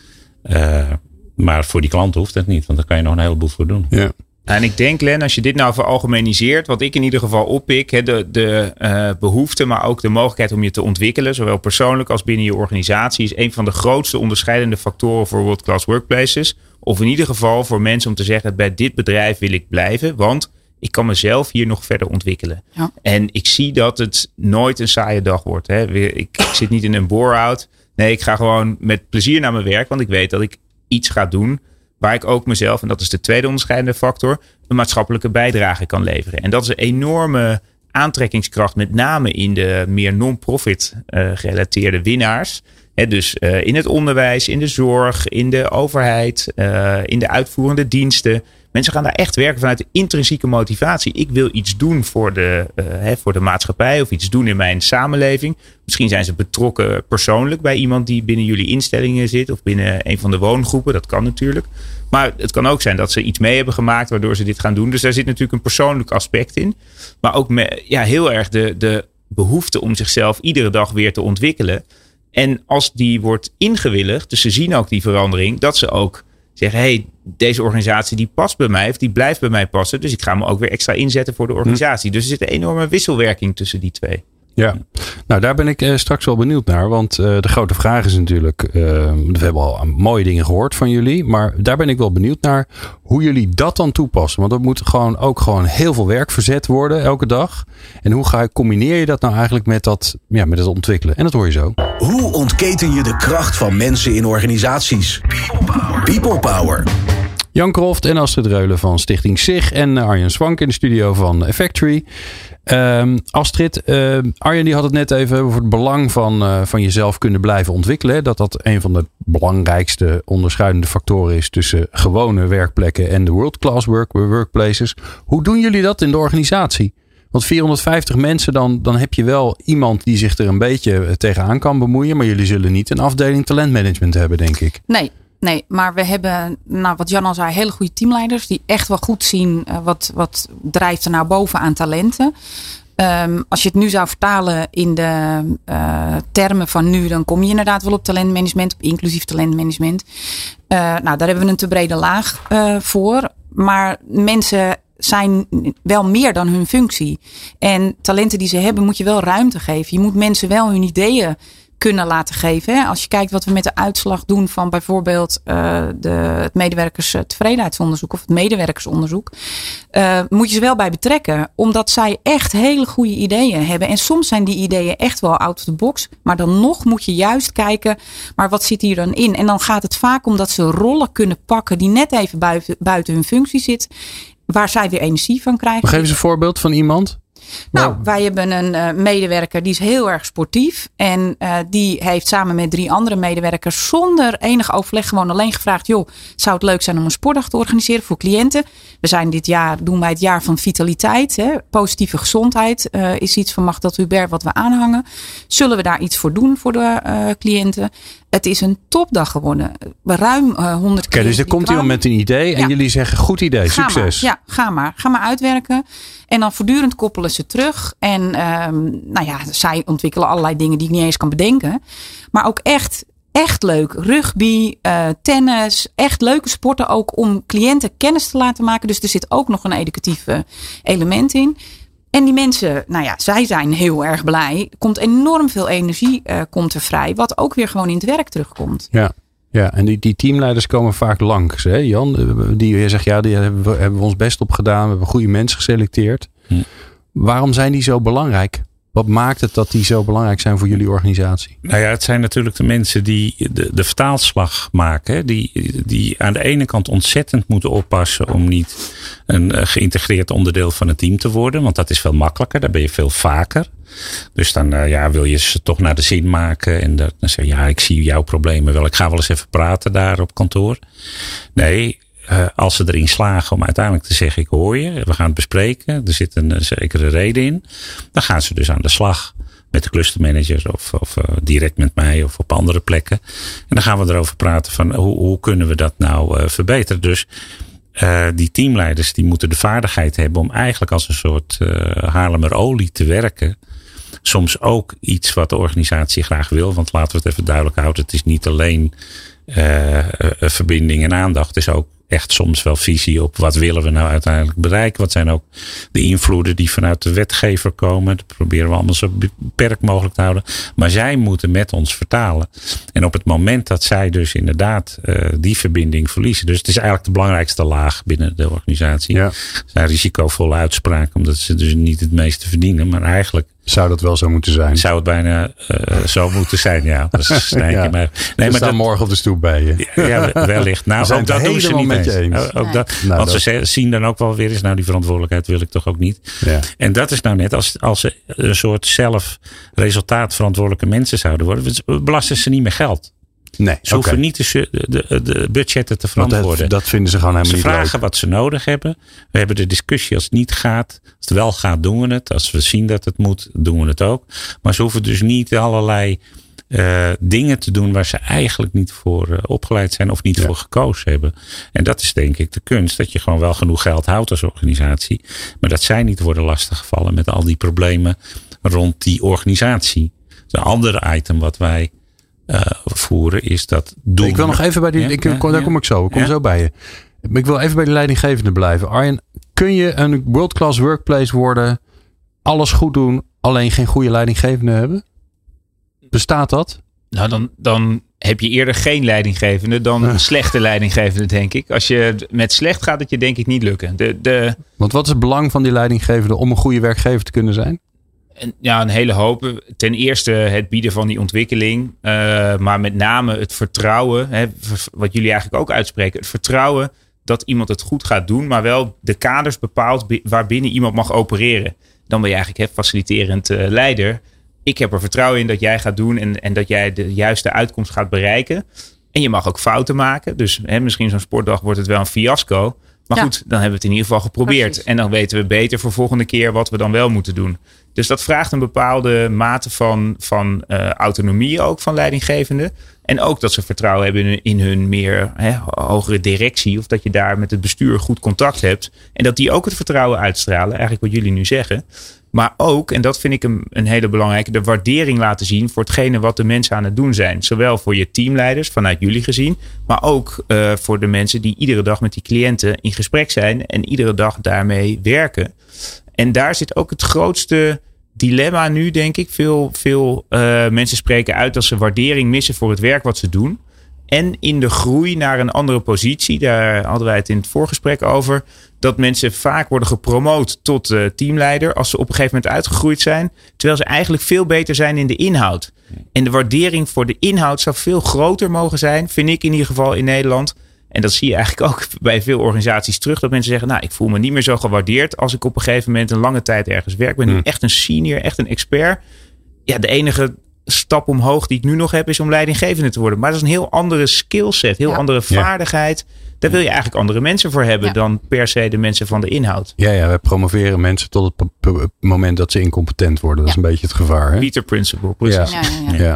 Maar voor die klant hoeft het niet. Want daar kan je nog een heleboel voor doen. Ja. En ik denk, Len, als je dit nou veralgemeniseert, wat ik in ieder geval oppik, de behoefte, maar ook de mogelijkheid om je te ontwikkelen, zowel persoonlijk als binnen je organisatie, is een van de grootste onderscheidende factoren voor World Class Workplaces. Of in ieder geval voor mensen om te zeggen, bij dit bedrijf wil ik blijven, want ik kan mezelf hier nog verder ontwikkelen. Ja. En ik zie dat het nooit een saaie dag wordt. Ik zit niet in een bore-out. Nee, ik ga gewoon met plezier naar mijn werk, want ik weet dat ik iets ga doen waar ik ook mezelf, en dat is de tweede onderscheidende factor, een maatschappelijke bijdrage kan leveren. En dat is een enorme aantrekkingskracht, met name in de meer non-profit gerelateerde winnaars. Dus in het onderwijs, in de zorg, in de overheid, in de uitvoerende diensten. Mensen gaan daar echt werken vanuit de intrinsieke motivatie. Ik wil iets doen voor de maatschappij of iets doen in mijn samenleving. Misschien zijn ze betrokken persoonlijk bij iemand die binnen jullie instellingen zit of binnen een van de woongroepen. Dat kan natuurlijk. Maar het kan ook zijn dat ze iets mee hebben gemaakt waardoor ze dit gaan doen. Dus daar zit natuurlijk een persoonlijk aspect in. Maar ook heel erg de behoefte om zichzelf iedere dag weer te ontwikkelen. En als die wordt ingewilligd, dus ze zien ook die verandering, dat ze ook zeggen, deze organisatie die past bij mij of die blijft bij mij passen. Dus ik ga me ook weer extra inzetten voor de organisatie. Dus er zit een enorme wisselwerking tussen die twee. Ja, nou daar ben ik straks wel benieuwd naar. Want de grote vraag is natuurlijk, we hebben al mooie dingen gehoord van jullie. Maar daar ben ik wel benieuwd naar hoe jullie dat dan toepassen. Want er moet gewoon heel veel werk verzet worden elke dag. En hoe combineer je dat nou eigenlijk met dat ontwikkelen? En dat hoor je zo. Hoe ontketen je de kracht van mensen in organisaties? People Power. Jan Croft en Astrid Reulen van Stichting SIG en Arjen Swank in de studio van Effectory. Astrid, Arjen die had het net even over het belang van jezelf kunnen blijven ontwikkelen. Dat een van de belangrijkste onderscheidende factoren is tussen gewone werkplekken en de world class workplaces. Hoe doen jullie dat in de organisatie? Want 450 mensen, dan heb je wel iemand die zich er een beetje tegenaan kan bemoeien. Maar jullie zullen niet een afdeling talentmanagement hebben, denk ik. Nee, maar we hebben, wat Jan al zei, hele goede teamleiders die echt wel goed zien wat drijft er nou boven aan talenten. Als je het nu zou vertalen in de termen van nu, dan kom je inderdaad wel op talentmanagement, op inclusief talentmanagement. Daar hebben we een te brede laag voor. Maar mensen zijn wel meer dan hun functie. En talenten die ze hebben moet je wel ruimte geven. Je moet mensen wel hun ideeën kunnen laten geven. Hè? Als je kijkt wat we met de uitslag doen van bijvoorbeeld het medewerkerstevredenheidsonderzoek of het medewerkersonderzoek, moet je ze wel bij betrekken. Omdat zij echt hele goede ideeën hebben. En soms zijn die ideeën echt wel out of the box. Maar dan nog moet je juist kijken, maar wat zit hier dan in? En dan gaat het vaak om dat ze rollen kunnen pakken die net even buiten hun functie zit, waar zij weer energie van krijgen. Geef eens een voorbeeld van iemand. Wij hebben een medewerker die is heel erg sportief. En die heeft samen met 3 andere medewerkers zonder enig overleg gewoon alleen gevraagd, zou het leuk zijn om een sportdag te organiseren voor cliënten? We zijn doen wij het jaar van vitaliteit. Hè? Positieve gezondheid is iets van Magdalena Hubert wat we aanhangen. Zullen we daar iets voor doen voor de cliënten? Het is een topdag geworden. Ruim 100 keer. Dus er komt iemand met een idee en jullie zeggen goed idee, succes. Ga maar uitwerken. En dan voortdurend koppelen ze terug. En zij ontwikkelen allerlei dingen die ik niet eens kan bedenken. Maar ook echt leuk. Rugby, tennis. Echt leuke sporten ook om cliënten kennis te laten maken. Dus er zit ook nog een educatief element in. En die mensen, zij zijn heel erg blij. Er komt enorm veel energie komt er vrij. Wat ook weer gewoon in het werk terugkomt. Ja, en die teamleiders komen vaak langs. Hè, Jan? Die zegt, die hebben we ons best op gedaan. We hebben goede mensen geselecteerd. Waarom zijn die zo belangrijk? Wat maakt het dat die zo belangrijk zijn voor jullie organisatie? Nou ja, het zijn natuurlijk de mensen die de vertaalslag maken. Hè? Die aan de ene kant ontzettend moeten oppassen om niet een geïntegreerd onderdeel van het team te worden. Want dat is veel makkelijker. Daar ben je veel vaker. Dus dan wil je ze toch naar de zin maken. En dan zeg je, ik zie jouw problemen wel. Ik ga wel eens even praten daar op kantoor. Nee, als ze erin slagen om uiteindelijk te zeggen, ik hoor je, we gaan het bespreken, er zit een zekere reden in, dan gaan ze dus aan de slag met de clustermanager of direct met mij of op andere plekken. En dan gaan we erover praten van hoe kunnen we dat nou verbeteren. Dus die teamleiders die moeten de vaardigheid hebben om eigenlijk als een soort Haarlemmerolie te werken. Soms ook iets wat de organisatie graag wil, want laten we het even duidelijk houden, het is niet alleen verbinding en aandacht, het is ook echt soms wel visie op wat willen we nou uiteindelijk bereiken. Wat zijn ook de invloeden die vanuit de wetgever komen. Dat proberen we allemaal zo beperkt mogelijk te houden. Maar zij moeten met ons vertalen. En op het moment dat zij dus inderdaad die verbinding verliezen. Dus het is eigenlijk de belangrijkste laag binnen de organisatie. Ja. Het zijn risicovolle uitspraken. Omdat ze dus niet het meeste verdienen. Maar eigenlijk zou dat wel zo moeten zijn? Zou het bijna zo moeten zijn, ja. Dat is maar staan morgen op de stoep bij je. Ja, wellicht. Nou, ook dat doen ze niet met je eens. Want ze zien dan ook wel weer eens, die verantwoordelijkheid wil ik toch ook niet. Ja. En dat is nou net, als ze een soort zelfresultaatverantwoordelijke mensen zouden worden, belasten ze niet meer geld. Nee, ze hoeven niet de budgetten te verantwoorden. Dat vinden ze gewoon helemaal niet leuk. Ze vragen wat ze nodig hebben. We hebben de discussie als het niet gaat. Als het wel gaat, doen we het. Als we zien dat het moet, doen we het ook. Maar ze hoeven dus niet allerlei dingen te doen waar ze eigenlijk niet voor opgeleid zijn of niet voor gekozen hebben. En dat is denk ik de kunst. Dat je gewoon wel genoeg geld houdt als organisatie. Maar dat zij niet worden lastiggevallen met al die problemen rond die organisatie. Een ander item wat wij voeren is dat doen. Ik wil nog even bij die. Daar kom ik zo. Ik kom zo bij je. Ik wil even bij de leidinggevende blijven. Arjen, kun je een world-class workplace worden, alles goed doen, alleen geen goede leidinggevende hebben? Bestaat dat? Nou, dan heb je eerder geen leidinggevende dan een slechte leidinggevende, denk ik. Als je met slecht gaat, dat je denk ik niet lukken. Want wat is het belang van die leidinggevende om een goede werkgever te kunnen zijn? Ja, een hele hoop. Ten eerste het bieden van die ontwikkeling. Maar met name het vertrouwen. Wat jullie eigenlijk ook uitspreken. Het vertrouwen dat iemand het goed gaat doen. Maar wel de kaders bepaalt waarbinnen iemand mag opereren. Dan ben je eigenlijk faciliterend leider. Ik heb er vertrouwen in dat jij gaat doen. En dat jij de juiste uitkomst gaat bereiken. En je mag ook fouten maken. Dus misschien zo'n sportdag wordt het wel een fiasco. Maar goed, dan hebben we het in ieder geval geprobeerd. Precies. En dan weten we beter voor volgende keer wat we dan wel moeten doen. Dus dat vraagt een bepaalde mate van autonomie ook van leidinggevenden. En ook dat ze vertrouwen hebben in hun meer hogere directie. Of dat je daar met het bestuur goed contact hebt. En dat die ook het vertrouwen uitstralen. Eigenlijk wat jullie nu zeggen. Maar ook, en dat vind ik een hele belangrijke, de waardering laten zien voor hetgene wat de mensen aan het doen zijn. Zowel voor je teamleiders, vanuit jullie gezien. Maar ook voor de mensen die iedere dag met die cliënten in gesprek zijn. En iedere dag daarmee werken. En daar zit ook het grootste dilemma nu, denk ik. Veel mensen spreken uit dat ze waardering missen voor het werk wat ze doen. En in de groei naar een andere positie. Daar hadden wij het in het voorgesprek over. Dat mensen vaak worden gepromoot tot teamleider. Als ze op een gegeven moment uitgegroeid zijn. Terwijl ze eigenlijk veel beter zijn in de inhoud. En de waardering voor de inhoud zou veel groter mogen zijn. Vind ik in ieder geval in Nederland. En dat zie je eigenlijk ook bij veel organisaties terug. Dat mensen zeggen, ik voel me niet meer zo gewaardeerd. Als ik op een gegeven moment een lange tijd ergens werk. Ik ben nu echt een senior, echt een expert. Ja, de enige stap omhoog die ik nu nog heb is om leidinggevende te worden. Maar dat is een heel andere skillset, heel andere vaardigheid. Daar wil je eigenlijk andere mensen voor hebben dan per se de mensen van de inhoud. Ja, wij promoveren mensen tot het moment dat ze incompetent worden. Dat is een beetje het gevaar. Hè? Peter Principle, precies. Ja.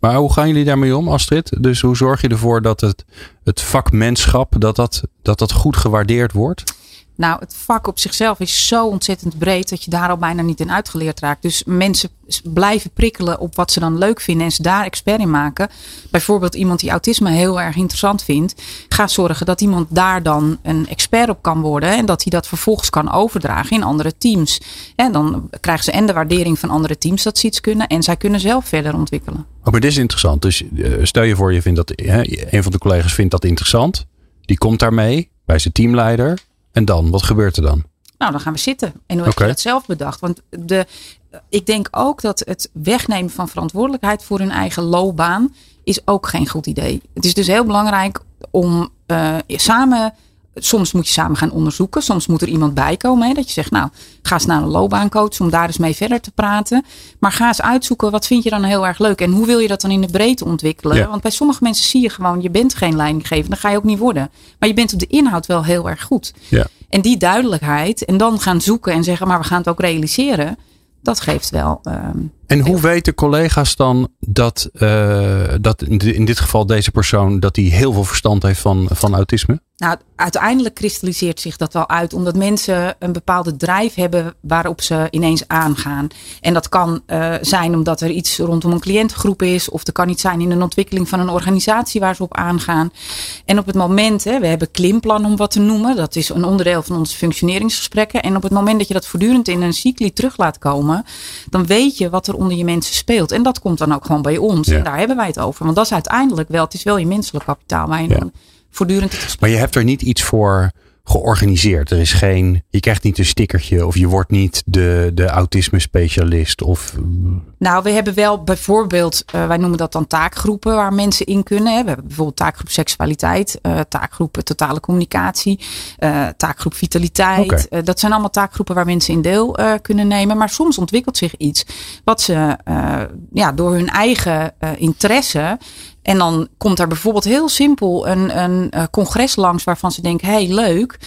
Maar hoe gaan jullie daarmee om, Astrid? Dus hoe zorg je ervoor dat het vakmanschap, dat goed gewaardeerd wordt? Nou, het vak op zichzelf is zo ontzettend breed dat je daar al bijna niet in uitgeleerd raakt. Dus mensen blijven prikkelen op wat ze dan leuk vinden en ze daar expert in maken. Bijvoorbeeld iemand die autisme heel erg interessant vindt. Ga zorgen dat iemand daar dan een expert op kan worden. En dat hij dat vervolgens kan overdragen in andere teams. En dan krijgen ze en de waardering van andere teams dat ze iets kunnen. En zij kunnen zelf verder ontwikkelen. Oh, maar dit is interessant. Dus stel je voor, je vindt dat een van de collega's vindt dat interessant. Die komt daarmee bij zijn teamleider. En dan? Wat gebeurt er dan? Nou, dan gaan we zitten. En hoe heb je dat zelf bedacht? Want ik denk ook dat het wegnemen van verantwoordelijkheid voor hun eigen loopbaan is ook geen goed idee. Het is dus heel belangrijk om samen. Soms moet je samen gaan onderzoeken. Soms moet er iemand bij komen. Hè, dat je zegt, nou, ga eens naar een loopbaancoach om daar eens mee verder te praten. Maar ga eens uitzoeken, wat vind je dan heel erg leuk? En hoe wil je dat dan in de breedte ontwikkelen? Ja. Want bij sommige mensen zie je gewoon, je bent geen leidinggever. Dan ga je ook niet worden. Maar je bent op de inhoud wel heel erg goed. Ja. En die duidelijkheid en dan gaan zoeken en zeggen, maar we gaan het ook realiseren. Dat geeft wel. En hoe weten collega's dan dat in dit geval deze persoon dat hij heel veel verstand heeft van autisme? Nou, uiteindelijk kristalliseert zich dat wel uit. Omdat mensen een bepaalde drijf hebben waarop ze ineens aangaan. En dat kan zijn omdat er iets rondom een cliëntengroep is. Of er kan iets zijn in een ontwikkeling van een organisatie waar ze op aangaan. En op het moment, we hebben klimplan om wat te noemen. Dat is een onderdeel van onze functioneringsgesprekken. En op het moment dat je dat voortdurend in een cycli terug laat komen. Dan weet je wat er onder je mensen speelt. En dat komt dan ook gewoon bij ons. Ja. En daar hebben wij het over. Want dat is uiteindelijk wel, het is wel je menselijk kapitaal waar je dan voortdurend het gesprek. Maar je hebt er niet iets voor georganiseerd. Er is je krijgt niet een stickertje of je wordt niet de autisme specialist of. Nou, we hebben wel bijvoorbeeld, wij noemen dat dan taakgroepen waar mensen in kunnen. We hebben bijvoorbeeld taakgroep seksualiteit, taakgroep totale communicatie, taakgroep vitaliteit. Okay. Dat zijn allemaal taakgroepen waar mensen in deel kunnen nemen. Maar soms ontwikkelt zich iets wat ze door hun eigen interesse. En dan komt er bijvoorbeeld heel simpel een congres langs waarvan ze denken, hey, leuk.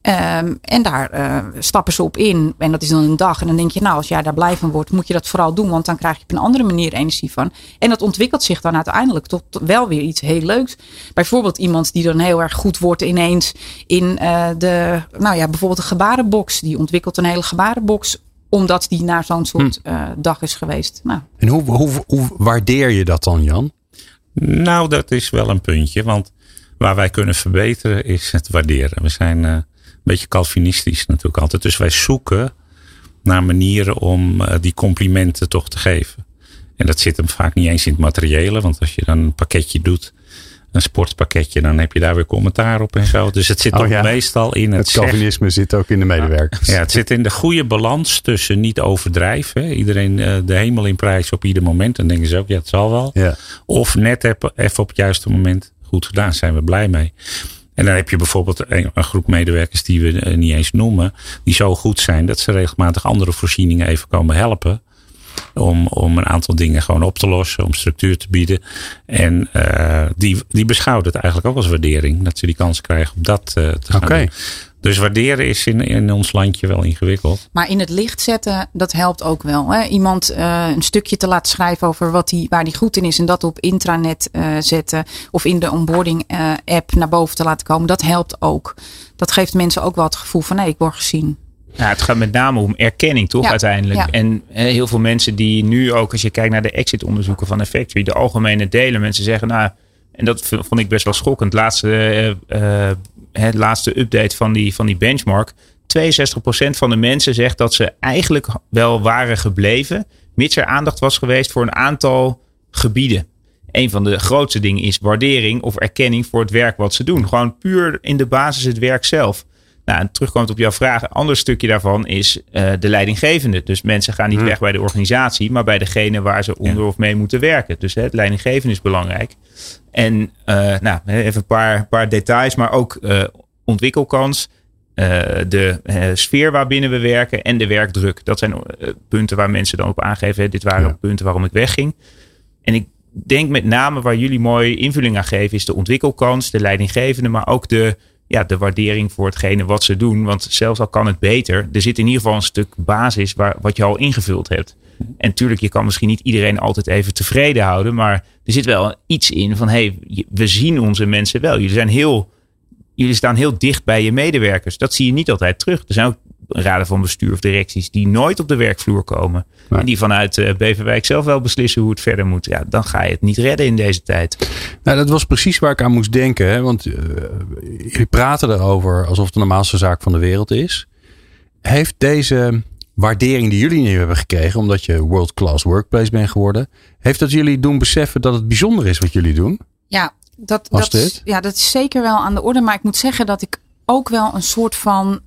En daar stappen ze op in. En dat is dan een dag. En dan denk je, nou, als jij daar blij van wordt, moet je dat vooral doen. Want dan krijg je op een andere manier energie van. En dat ontwikkelt zich dan uiteindelijk tot wel weer iets heel leuks. Bijvoorbeeld iemand die dan heel erg goed wordt ineens in bijvoorbeeld een gebarenbox. Die ontwikkelt een hele gebarenbox. Omdat die naar zo'n soort dag is geweest. Nou. En hoe waardeer je dat dan, Jan? Nou, dat is wel een puntje. Want waar wij kunnen verbeteren is het waarderen. We zijn een beetje Calvinistisch natuurlijk altijd. Dus wij zoeken naar manieren om die complimenten toch te geven. En dat zit hem vaak niet eens in het materiële. Want als je dan een pakketje doet, een sportpakketje, dan heb je daar weer commentaar op en zo. Dus het zit toch meestal in het Calvinisme zit ook in de medewerkers. Ja, het zit in de goede balans tussen niet overdrijven. Hè. Iedereen de hemel in prijs op ieder moment. Dan denken ze ook, het zal wel. Ja. Of net even op het juiste moment goed gedaan, zijn we blij mee. En dan heb je bijvoorbeeld een groep medewerkers die we niet eens noemen. Die zo goed zijn dat ze regelmatig andere voorzieningen even komen helpen. Om een aantal dingen gewoon op te lossen. Om structuur te bieden. En die beschouwt het eigenlijk ook als waardering. Dat ze die kans krijgen om dat te gaan doen. Dus waarderen is in ons landje wel ingewikkeld. Maar in het licht zetten, dat helpt ook wel. Hè? Iemand een stukje te laten schrijven over waar die goed in is. En dat op intranet zetten. Of in de onboarding app naar boven te laten komen. Dat helpt ook. Dat geeft mensen ook wel het gevoel van, nee, ik word gezien. Nou, het gaat met name om erkenning, toch, uiteindelijk. Ja. En heel veel mensen die nu ook, als je kijkt naar de exit-onderzoeken van Effectory, de algemene delen, mensen zeggen, nou, en dat vond ik best wel schokkend, laatste update van die benchmark, 62% van de mensen zegt dat ze eigenlijk wel waren gebleven, mits er aandacht was geweest voor een aantal gebieden. Een van de grootste dingen is waardering of erkenning voor het werk wat ze doen. Gewoon puur in de basis het werk zelf. Nou, en terugkomend op jouw vraag, een ander stukje daarvan is de leidinggevende. Dus mensen gaan niet weg bij de organisatie, maar bij degene waar ze onder of mee moeten werken. Dus het leidinggevende is belangrijk. En even een paar details, maar ook ontwikkelkans, de sfeer waarbinnen we werken en de werkdruk. Dat zijn punten waar mensen dan op aangeven. Dit waren punten waarom ik wegging. En ik denk met name waar jullie mooie invulling aan geven, is de ontwikkelkans, de leidinggevende, maar ook de waardering voor hetgene wat ze doen. Want zelfs al kan het beter, er zit in ieder geval een stuk basis wat je al ingevuld hebt. En natuurlijk, je kan misschien niet iedereen altijd even tevreden houden. Maar er zit wel iets in van, we zien onze mensen wel. Jullie staan heel dicht bij je medewerkers. Dat zie je niet altijd terug. Er zijn ook raden van bestuur of directies die nooit op de werkvloer komen. Ja. En die vanuit Beverwijk zelf wel beslissen hoe het verder moet. Ja, dan ga je het niet redden in deze tijd. Nou, dat was precies waar ik aan moest denken. Hè? Want jullie praten erover alsof het de normaalste zaak van de wereld is. Heeft deze waardering die jullie nu hebben gekregen, omdat je world class workplace bent geworden, heeft dat jullie doen beseffen dat het bijzonder is wat jullie doen? Ja, dat is zeker wel aan de orde. Maar ik moet zeggen dat ik ook wel een soort van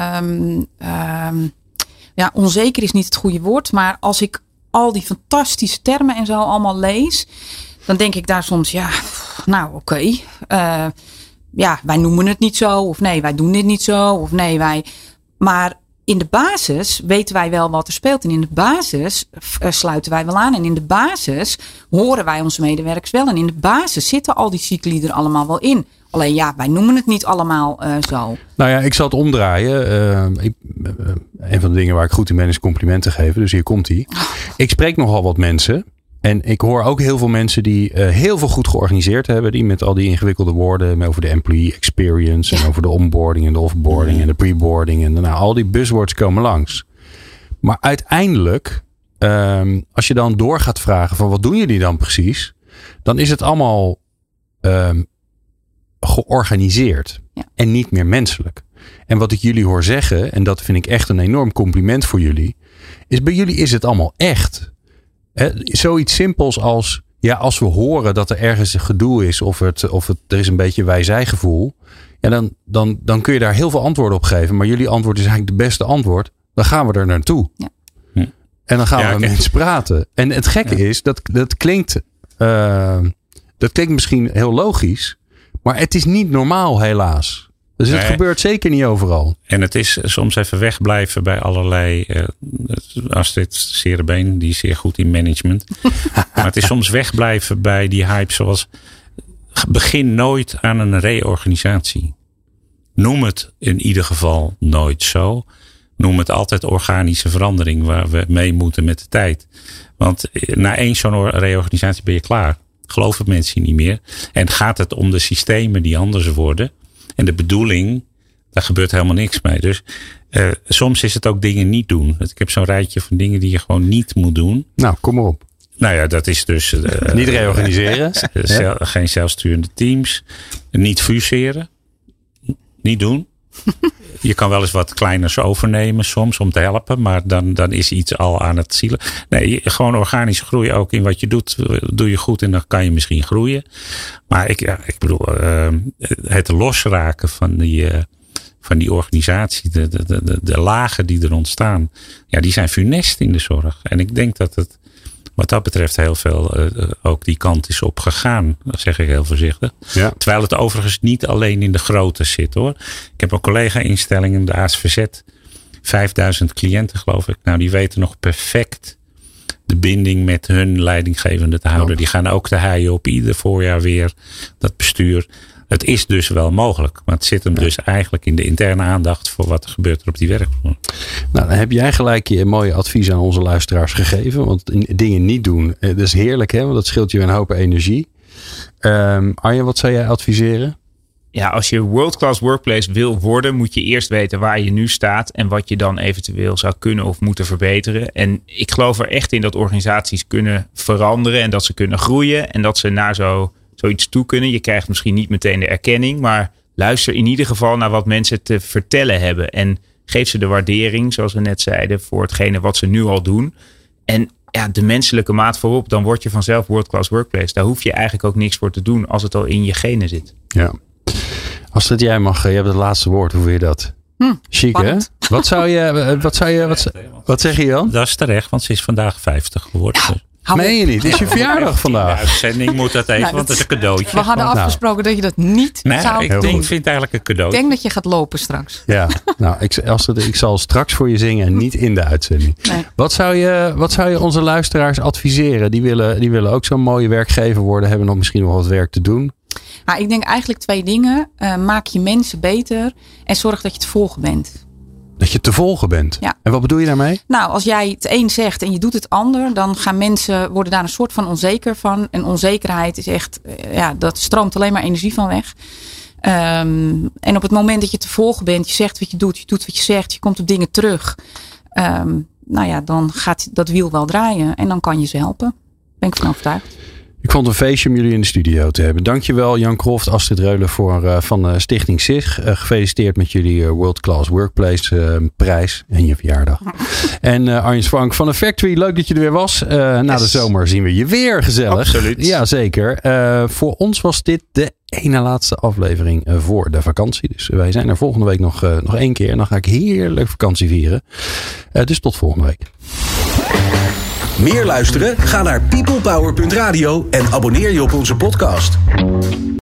onzeker is niet het goede woord. Maar als ik al die fantastische termen en zo allemaal lees, dan denk ik daar soms, oké. Wij noemen het niet zo. Of nee, wij doen dit niet zo. Of nee, maar in de basis weten wij wel wat er speelt. En in de basis sluiten wij wel aan. En in de basis horen wij onze medewerkers wel. En in de basis zitten al die cycli er allemaal wel in. Alleen wij noemen het niet allemaal zo. Nou ja, ik zal het omdraaien. Een van de dingen waar ik goed in ben is complimenten geven. Dus hier komt ie. Ik spreek nogal wat mensen. En ik hoor ook heel veel mensen die heel veel goed georganiseerd hebben. Die met al die ingewikkelde woorden over de employee experience. En over de onboarding en de offboarding en de preboarding. En al die buzzwords komen langs. Maar uiteindelijk, als je dan door gaat vragen van wat doen jullie dan precies? Dan is het allemaal georganiseerd. Ja. En niet meer menselijk. En wat ik jullie hoor zeggen, en dat vind ik echt een enorm compliment voor jullie. Is bij jullie is het allemaal echt. Zoiets simpels als, als we horen dat er ergens een gedoe is of er is een beetje wij-zij-gevoel. Ja, dan kun je daar heel veel antwoorden op geven. Maar jullie antwoord is eigenlijk de beste antwoord. Dan gaan we er naartoe. Ja. En dan gaan we met mensen praten. En het gekke is, dat klinkt misschien heel logisch. Maar het is niet normaal helaas. Dus het gebeurt zeker niet overal. En het is soms even wegblijven bij allerlei Astrid Serebeen, die is zeer goed in management. Maar het is soms wegblijven bij die hype zoals begin nooit aan een reorganisatie. Noem het in ieder geval nooit zo. Noem het altijd organische verandering waar we mee moeten met de tijd. Want na één zo'n reorganisatie ben je klaar. Geloven mensen niet meer. En gaat het om de systemen die anders worden. En de bedoeling, daar gebeurt helemaal niks mee. Dus soms is het ook dingen niet doen. Ik heb zo'n rijtje van dingen die je gewoon niet moet doen. Nou, kom maar op. Nou ja, dat is dus niet reorganiseren. Geen zelfsturende teams. Niet fuseren. Niet doen. Je kan wel eens wat kleiners overnemen soms om te helpen. Maar dan is iets al aan het zielen. Nee, gewoon organisch groeien ook in wat je doet. Doe je goed en dan kan je misschien groeien. Maar ik bedoel, het losraken van die organisatie. De lagen die er ontstaan. Ja, die zijn funest in de zorg. En ik denk dat het wat dat betreft heel veel ook die kant is op gegaan. Dat zeg ik heel voorzichtig. Ja. Terwijl het overigens niet alleen in de grootte zit hoor. Ik heb een collega-instelling in de ASVZ. 5000 cliënten geloof ik. Nou, die weten nog perfect de binding met hun leidinggevende te houden. Ja. Die gaan ook te heien op ieder voorjaar weer dat bestuur. Het is dus wel mogelijk. Maar het zit hem dus eigenlijk in de interne aandacht voor wat er gebeurt er op die werkvloer. Nou, dan heb jij gelijk je mooie advies aan onze luisteraars gegeven. Want dingen niet doen, dat is heerlijk hè. Want dat scheelt je een hoop energie. Arjen, wat zou jij adviseren? Ja, als je world-class workplace wil worden, moet je eerst weten waar je nu staat en wat je dan eventueel zou kunnen of moeten verbeteren. En ik geloof er echt in dat organisaties kunnen veranderen en dat ze kunnen groeien en dat ze naar zoiets toe kunnen. Je krijgt misschien niet meteen de erkenning, maar luister in ieder geval naar wat mensen te vertellen hebben. En geef ze de waardering, zoals we net zeiden, voor hetgene wat ze nu al doen. En de menselijke maat voorop, dan word je vanzelf world-class workplace. Daar hoef je eigenlijk ook niks voor te doen als het al in je genen zit. Ja. Astrid, jij hebt het laatste woord. Hoe vind je dat? Chic, hè? Wat zeg je dan? Dat is terecht, want ze is vandaag 50 geworden. Meen je niet? Het is je verjaardag vandaag. De uitzending moet dat even, want dat is een cadeautje. We hadden afgesproken dat je dat niet zou doen. Ik vind het eigenlijk een cadeautje. Ik denk dat je gaat lopen straks. Ja, nou, ik zal straks voor je zingen en niet in de uitzending. Nee. Wat zou je onze luisteraars adviseren? Die willen ook zo'n mooie werkgever worden. Hebben nog misschien nog wat werk te doen. Ik denk eigenlijk 2 dingen. Maak je mensen beter en zorg dat je het volgen bent. Dat je te volgen bent. Ja. En wat bedoel je daarmee? Nou, als jij het een zegt en je doet het ander, dan gaan mensen worden daar een soort van onzeker van. En onzekerheid is echt, dat stroomt alleen maar energie van weg. En op het moment dat je te volgen bent, je zegt wat je doet wat je zegt, je komt op dingen terug. Dan gaat dat wiel wel draaien en dan kan je ze helpen. Daar ben ik van overtuigd. Ik vond het een feestje om jullie in de studio te hebben. Dankjewel Jan Croft, Astrid Reulen van Stichting SIG. Gefeliciteerd met jullie World Class Workplace prijs en je verjaardag. En Arjen Frank van de Factory, leuk dat je er weer was. Na de zomer zien we je weer gezellig. Absoluut. Ja, zeker. Voor ons was dit de ene laatste aflevering voor de vakantie. Dus wij zijn er volgende week nog 1 keer. En dan ga ik heerlijk vakantie vieren. Dus tot volgende week. Meer luisteren? Ga naar peoplepower.radio en abonneer je op onze podcast.